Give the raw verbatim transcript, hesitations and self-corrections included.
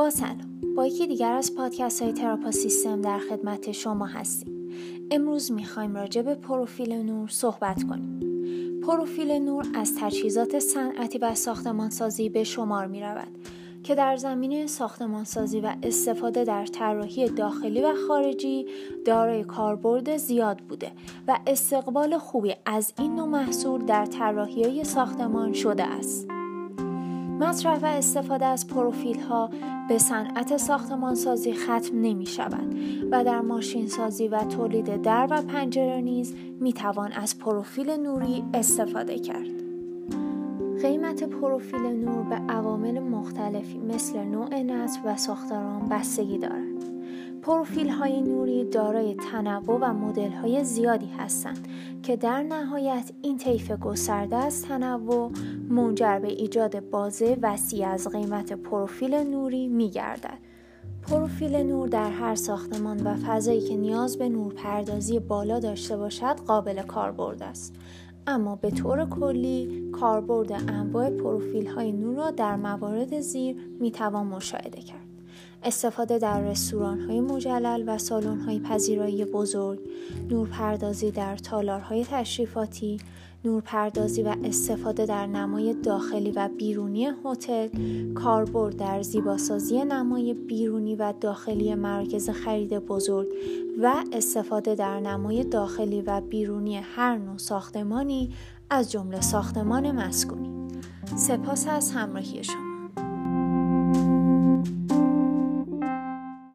با سلام، با یکی دیگر از پادکست های تراپا سیستم در خدمت شما هستیم. امروز میخوایم راجع به پروفیل نور صحبت کنیم. پروفیل نور از تجهیزات صنعتی و ساختمانسازی به شمار میرود که در زمینه ساختمانسازی و استفاده در طراحی داخلی و خارجی دارای کاربرد زیاد بوده و استقبال خوبی از این نوع محصول در طراحی‌های ساختمان شده است. مصرف و استفاده از پروفیل ها به صنعت ساختمانسازی ختم نمی شود و در ماشین سازی و تولید در و پنجره نیز می توان از پروفیل نوری استفاده کرد. قیمت پروفیل نور به عوامل مختلفی مثل نوع نصب و ساختار آن بستگی دارد. پروفیل های نوری دارای تنوع و مدل های زیادی هستند که در نهایت این طیف گسترده از تنوع منجر به ایجاد بازه وسیع از قیمت پروفیل نوری می گردد. پروفیل نور در هر ساختمان و فضایی که نیاز به نورپردازی بالا داشته باشد قابل کاربرد است. اما به طور کلی کاربرد انواع پروفیل های نور را در موارد زیر می توان مشاهده کرد. استفاده در رستوران‌های مجلل و سالن‌های پذیرایی بزرگ، نورپردازی در تالارهای تشریفاتی، نورپردازی و استفاده در نمای داخلی و بیرونی هتل، کاربرد در زیباسازی نمای بیرونی و داخلی مراکز خرید بزرگ و استفاده در نمای داخلی و بیرونی هر نوع ساختمانی از جمله ساختمان مسکونی. سپاس از همراهی شما.